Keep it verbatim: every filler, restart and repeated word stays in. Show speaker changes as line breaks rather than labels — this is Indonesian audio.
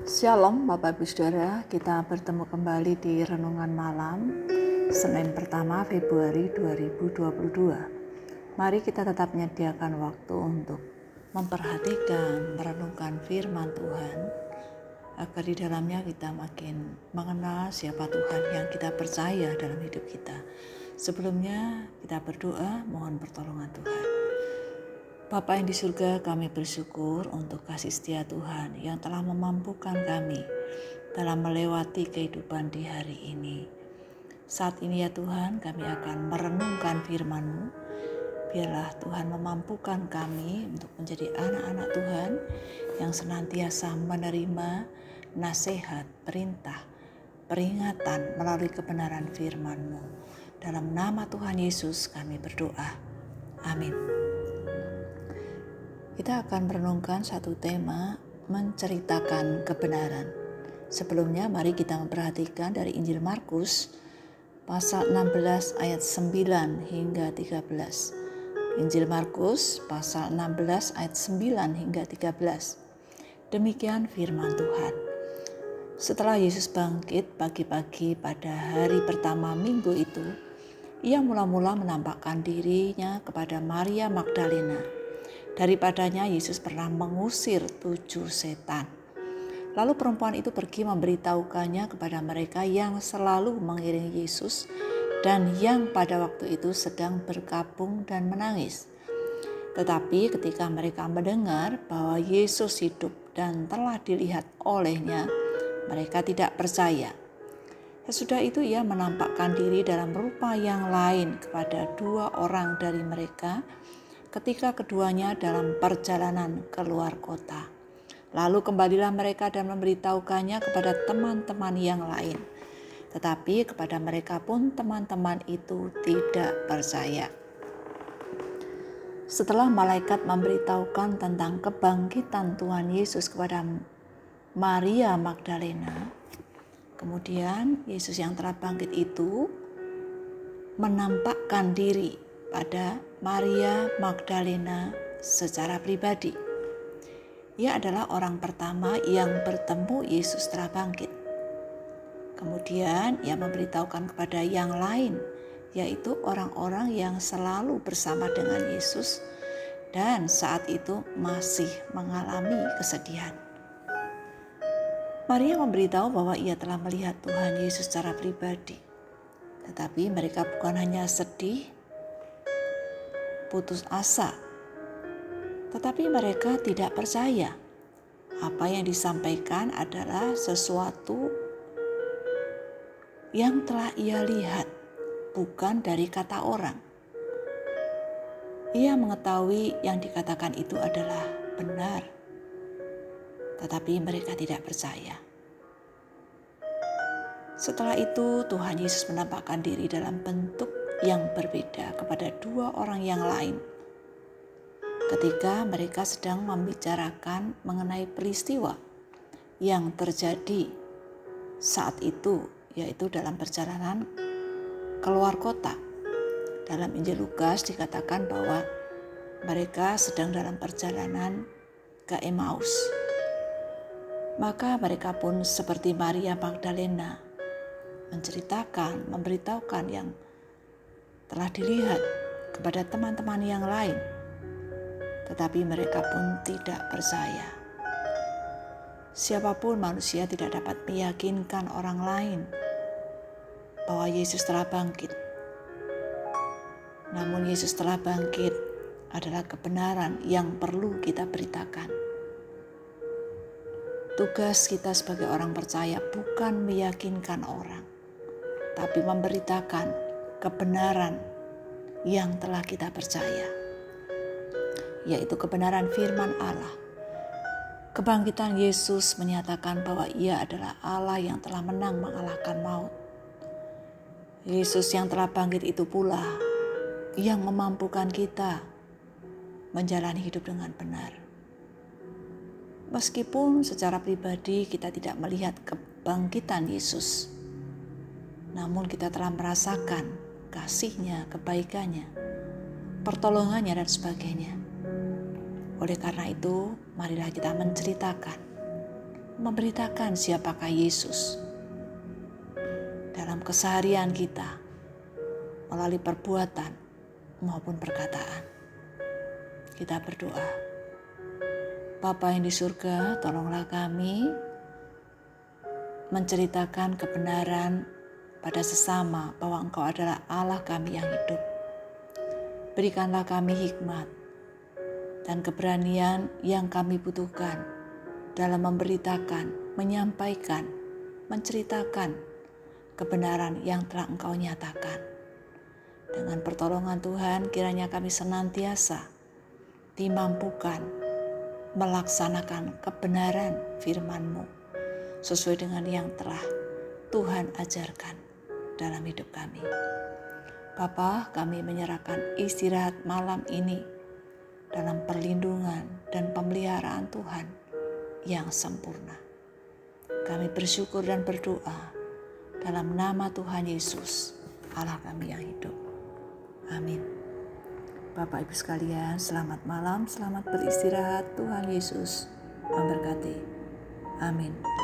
Shalom Bapak Ibu Saudara, kita bertemu kembali di Renungan Malam Senin pertama Februari dua ribu dua puluh dua. Mari kita tetap menyediakan waktu untuk memperhatikan, merenungkan firman Tuhan, agar di dalamnya kita makin mengenal siapa Tuhan yang kita percaya dalam hidup kita. Sebelumnya kita berdoa mohon pertolongan Tuhan. Bapa yang di surga, kami bersyukur untuk kasih setia Tuhan yang telah memampukan kami dalam melewati kehidupan di hari ini. Saat ini ya Tuhan, kami akan merenungkan firman-Mu. Biarlah Tuhan memampukan kami untuk menjadi anak-anak Tuhan yang senantiasa menerima nasihat, perintah, peringatan melalui kebenaran firman-Mu. Dalam nama Tuhan Yesus kami berdoa. Amin. Kita akan merenungkan satu tema, menceritakan kebenaran. Sebelumnya mari kita memperhatikan dari Injil Markus pasal enam belas ayat sembilan hingga tiga belas. Injil Markus pasal enam belas ayat sembilan hingga tiga belas. Demikian firman Tuhan. Setelah Yesus bangkit pagi-pagi pada hari pertama minggu itu, ia mula-mula menampakkan dirinya kepada Maria Magdalena. Daripadanya Yesus pernah mengusir tujuh setan. Lalu perempuan itu pergi memberitahukannya kepada mereka yang selalu mengiringi Yesus dan yang pada waktu itu sedang berkabung dan menangis. Tetapi ketika mereka mendengar bahwa Yesus hidup dan telah dilihat olehnya, mereka tidak percaya. Sesudah itu ia menampakkan diri dalam rupa yang lain kepada dua orang dari mereka ketika keduanya dalam perjalanan keluar kota. Lalu kembalilah mereka dan memberitahukannya kepada teman-teman yang lain. Tetapi kepada mereka pun teman-teman itu tidak percaya. Setelah malaikat memberitahukan tentang kebangkitan Tuhan Yesus kepada Maria Magdalena, kemudian Yesus yang telah bangkit itu menampakkan diri pada Maria Magdalena secara pribadi. Ia adalah orang pertama yang bertemu Yesus setelah bangkit. Kemudian ia memberitahukan kepada yang lain, yaitu orang-orang yang selalu bersama dengan Yesus dan saat itu masih mengalami kesedihan. Maria memberitahu bahwa ia telah melihat Tuhan Yesus secara pribadi. Tetapi mereka bukan hanya sedih, putus asa, tetapi mereka tidak percaya. Apa yang disampaikan adalah sesuatu yang telah ia lihat, bukan dari kata orang. Ia mengetahui yang dikatakan itu adalah benar, tetapi mereka tidak percaya. Setelah itu Tuhan Yesus menampakkan diri dalam bentuk yang berbeda kepada dua orang yang lain ketika mereka sedang membicarakan mengenai peristiwa yang terjadi saat itu, yaitu dalam perjalanan keluar kota. Dalam Injil Lukas dikatakan bahwa mereka sedang dalam perjalanan ke Emmaus. Maka mereka pun seperti Maria Magdalena menceritakan, memberitahukan yang telah dilihat kepada teman-teman yang lain, tetapi mereka pun tidak percaya. Siapapun manusia tidak dapat meyakinkan orang lain bahwa Yesus telah bangkit. Namun Yesus telah bangkit adalah kebenaran yang perlu kita beritakan. Tugas kita sebagai orang percaya bukan meyakinkan orang, tapi memberitakan kebenaran yang telah kita percaya, yaitu kebenaran firman Allah. Kebangkitan Yesus menyatakan bahwa ia adalah Allah yang telah menang mengalahkan maut. Yesus yang telah bangkit itu pula yang memampukan kita menjalani hidup dengan benar. Meskipun secara pribadi kita tidak melihat kebangkitan Yesus, namun kita telah merasakan kasih-Nya, kebaikannya, pertolongannya dan sebagainya. Oleh karena itu, marilah kita menceritakan memberitakan siapakah Yesus dalam keseharian kita, melalui perbuatan maupun perkataan. Kita berdoa. Bapa yang di surga, tolonglah kami menceritakan kebenaran pada sesama bahwa Engkau adalah Allah kami yang hidup. Berikanlah kami hikmat dan keberanian yang kami butuhkan dalam memberitakan, menyampaikan, menceritakan kebenaran yang telah Engkau nyatakan. Dengan pertolongan Tuhan, kiranya kami senantiasa dimampukan melaksanakan kebenaran firman-Mu sesuai dengan yang telah Tuhan ajarkan dalam hidup kami. Bapa, kami menyerahkan istirahat malam ini dalam perlindungan dan pemeliharaan Tuhan yang sempurna. Kami bersyukur dan berdoa dalam nama Tuhan Yesus, Allah kami yang hidup. Amin. Bapak Ibu sekalian, selamat malam, selamat beristirahat. Tuhan Yesus memberkati. Amin.